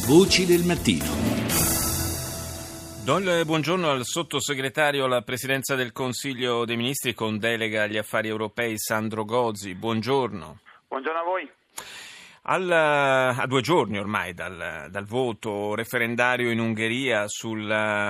Voci del mattino. Do il buongiorno al sottosegretario alla Presidenza del Consiglio dei Ministri con delega agli affari europei Sandro Gozi. Buongiorno. Buongiorno a voi. A 2 giorni ormai dal voto referendario in Ungheria sul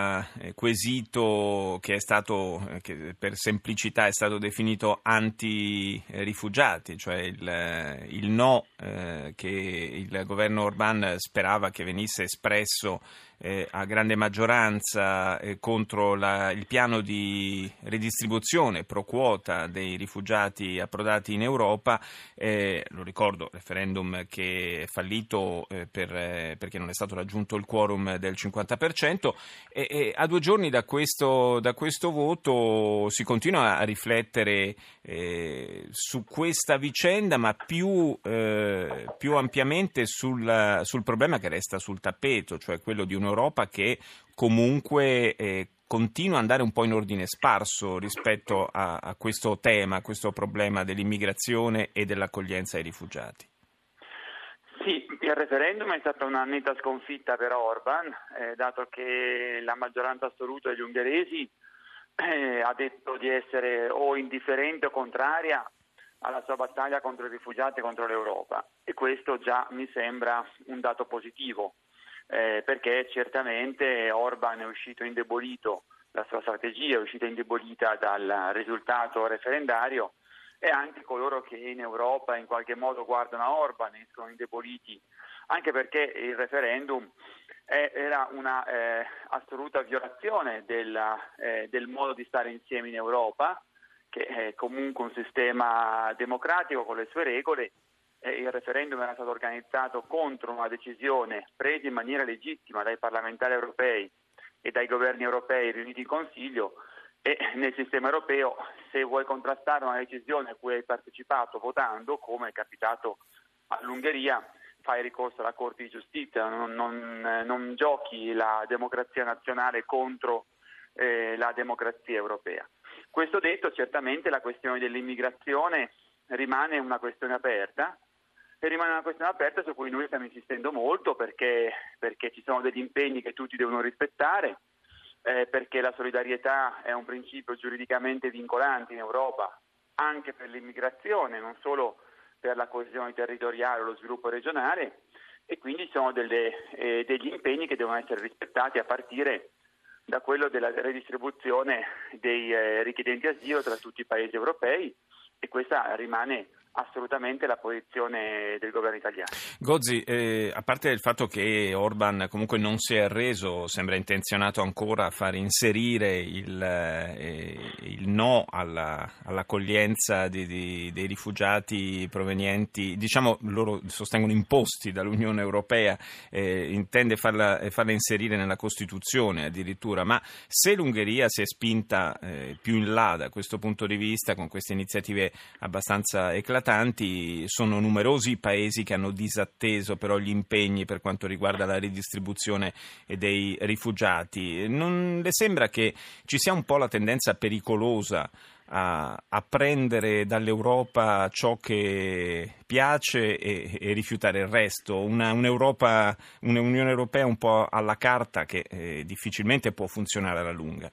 quesito che per semplicità è stato definito anti-rifugiati, cioè il no che il governo Orban sperava che venisse espresso a grande maggioranza contro il piano di ridistribuzione pro quota dei rifugiati approdati in Europa. Lo ricordo, referendum che è fallito perché non è stato raggiunto il quorum del 50%, e a 2 giorni da questo voto si continua a riflettere su questa vicenda, ma più ampiamente sul problema che resta sul tappeto, cioè quello di un'Europa che comunque continua ad andare un po' in ordine sparso rispetto a questo tema, a questo problema dell'immigrazione e dell'accoglienza ai rifugiati. Sì, il referendum è stata una netta sconfitta per Orban, dato che la maggioranza assoluta degli ungheresi ha detto di essere o indifferente o contraria alla sua battaglia contro i rifugiati e contro l'Europa, e questo già mi sembra un dato positivo, perché certamente Orban è uscito indebolito, la sua strategia è uscita indebolita dal risultato referendario, e anche coloro che in Europa in qualche modo guardano a Orban escono indeboliti, anche perché il referendum era una assoluta violazione del modo di stare insieme in Europa, che è comunque un sistema democratico con le sue regole. Il referendum era stato organizzato contro una decisione presa in maniera legittima dai parlamentari europei e dai governi europei riuniti in Consiglio, e nel sistema europeo, se vuoi contrastare una decisione a cui hai partecipato votando, come è capitato all'Ungheria, fai ricorso alla Corte di Giustizia, non giochi la democrazia nazionale contro la democrazia europea. Questo detto, certamente la questione dell'immigrazione rimane una questione aperta, su cui noi stiamo insistendo molto perché ci sono degli impegni che tutti devono rispettare, perché la solidarietà è un principio giuridicamente vincolante in Europa anche per l'immigrazione, non solo per la coesione territoriale o lo sviluppo regionale, e quindi ci sono degli impegni che devono essere rispettati, a partire da quello della redistribuzione dei richiedenti asilo tra tutti i paesi europei, e questa rimane assolutamente la posizione del governo italiano. Gozi, a parte il fatto che Orban comunque non si è arreso, sembra intenzionato ancora a far inserire il no all'accoglienza dei rifugiati provenienti, diciamo loro sostengono imposti dall'Unione Europea, intende farla inserire nella Costituzione addirittura, ma se l'Ungheria si è spinta più in là da questo punto di vista con queste iniziative abbastanza eclatanti, sono numerosi i paesi che hanno disatteso però gli impegni per quanto riguarda la ridistribuzione dei rifugiati. Non le sembra che ci sia un po' la tendenza pericolosa a prendere dall'Europa ciò che piace e rifiutare il resto? Un'Unione Europea un po' alla carta che difficilmente può funzionare alla lunga.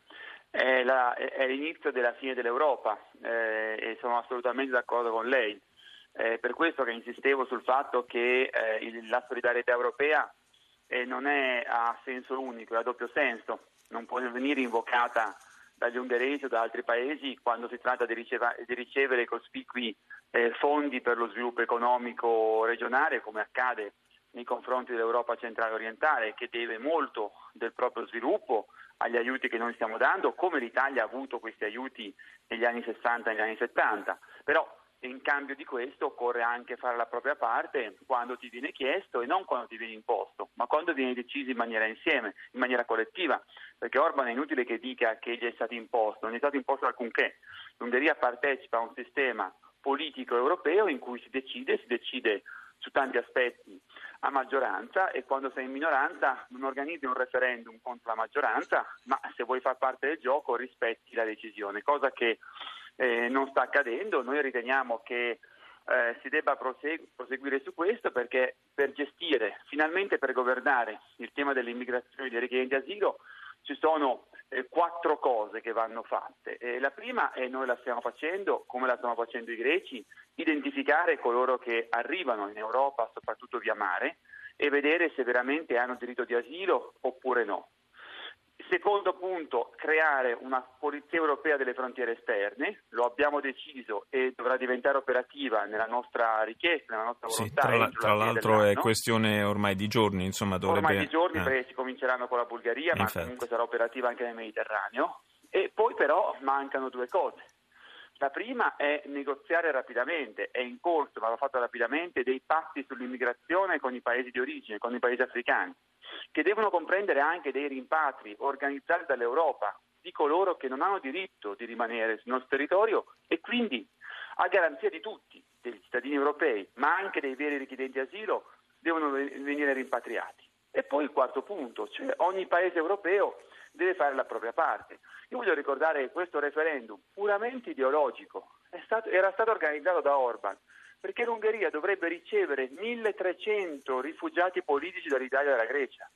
È l'inizio della fine dell'Europa, e sono assolutamente d'accordo con lei. Per questo che insistevo sul fatto che la solidarietà europea non è a senso unico, è a doppio senso. Non può venire invocata dagli ungheresi o da altri paesi quando si tratta di ricevere cospicui fondi per lo sviluppo economico regionale, come accade nei confronti dell'Europa centrale orientale, che deve molto del proprio sviluppo agli aiuti che noi stiamo dando, come l'Italia ha avuto questi aiuti negli anni 60 e negli anni 70. Però in cambio di questo occorre anche fare la propria parte quando ti viene chiesto, e non quando ti viene imposto, ma quando viene deciso in maniera insieme, in maniera collettiva, perché Orban è inutile che dica che gli è stato imposto, non gli è stato imposto alcunché. L'Ungheria partecipa a un sistema politico europeo in cui si decide su tanti aspetti a maggioranza, e quando sei in minoranza non organizzi un referendum contro la maggioranza, ma se vuoi far parte del gioco rispetti la decisione, cosa che non sta accadendo. Noi riteniamo che si debba proseguire su questo, perché per gestire, finalmente per governare il tema dell'immigrazione dei richiedenti asilo ci sono 4 cose che vanno fatte. La prima, e noi la stiamo facendo come la stanno facendo i greci, identificare coloro che arrivano in Europa, soprattutto via mare, e vedere se veramente hanno diritto di asilo oppure no. Secondo punto, creare una polizia europea delle frontiere esterne, lo abbiamo deciso e dovrà diventare operativa nella nostra richiesta, nella nostra volontà. Sì, tra l'altro è questione ormai di giorni, insomma dovrebbe... Ormai di giorni, perché si cominceranno con la Bulgaria, ma infatti comunque sarà operativa anche nel Mediterraneo. E poi però mancano 2 cose. La prima è negoziare rapidamente, è in corso, ma va fatto rapidamente, dei patti sull'immigrazione con i paesi di origine, con i paesi africani, che devono comprendere anche dei rimpatri organizzati dall'Europa di coloro che non hanno diritto di rimanere sul nostro territorio e quindi, a garanzia di tutti, degli cittadini europei, ma anche dei veri richiedenti asilo, devono venire rimpatriati. E poi il quarto punto, cioè ogni paese europeo deve fare la propria parte. Io voglio ricordare che questo referendum puramente ideologico era stato organizzato da Orban, perché l'Ungheria dovrebbe ricevere 1.300 rifugiati politici dall'Italia e dalla Grecia,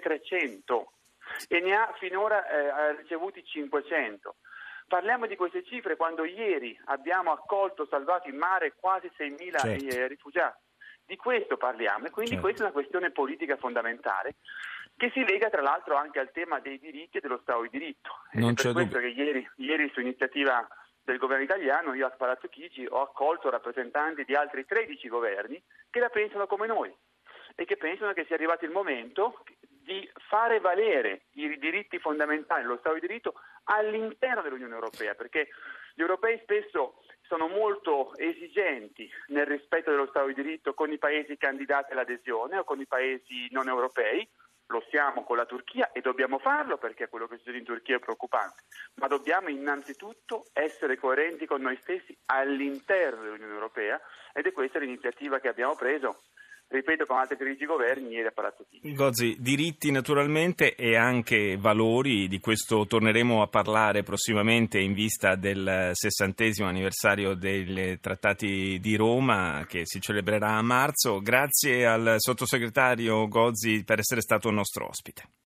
1.300, e ne ha finora ricevuti 500. Parliamo di queste cifre quando ieri abbiamo accolto, salvato in mare quasi 6.000 rifugiati. Di questo parliamo, e quindi questa è una questione politica fondamentale che si lega tra l'altro anche al tema dei diritti e dello Stato di diritto. Non è per questo che ieri su iniziativa del governo italiano io a Palazzo Chigi ho accolto rappresentanti di altri 13 governi che la pensano come noi e che pensano che sia arrivato il momento di fare valere i diritti fondamentali dello Stato di diritto all'interno dell'Unione Europea, perché gli europei spesso sono molto esigenti nel rispetto dello Stato di diritto con i paesi candidati all'adesione o con i paesi non europei. Lo siamo con la Turchia e dobbiamo farlo, perché quello che succede in Turchia è preoccupante, ma dobbiamo innanzitutto essere coerenti con noi stessi all'interno dell'Unione Europea, ed è questa l'iniziativa che abbiamo preso, ripeto, con altri 13 governi ieri a Palazzo Chigi. Gozzi, diritti naturalmente e anche valori, di questo torneremo a parlare prossimamente in vista del 60° anniversario dei Trattati di Roma che si celebrerà a marzo. Grazie al sottosegretario Gozzi per essere stato nostro ospite.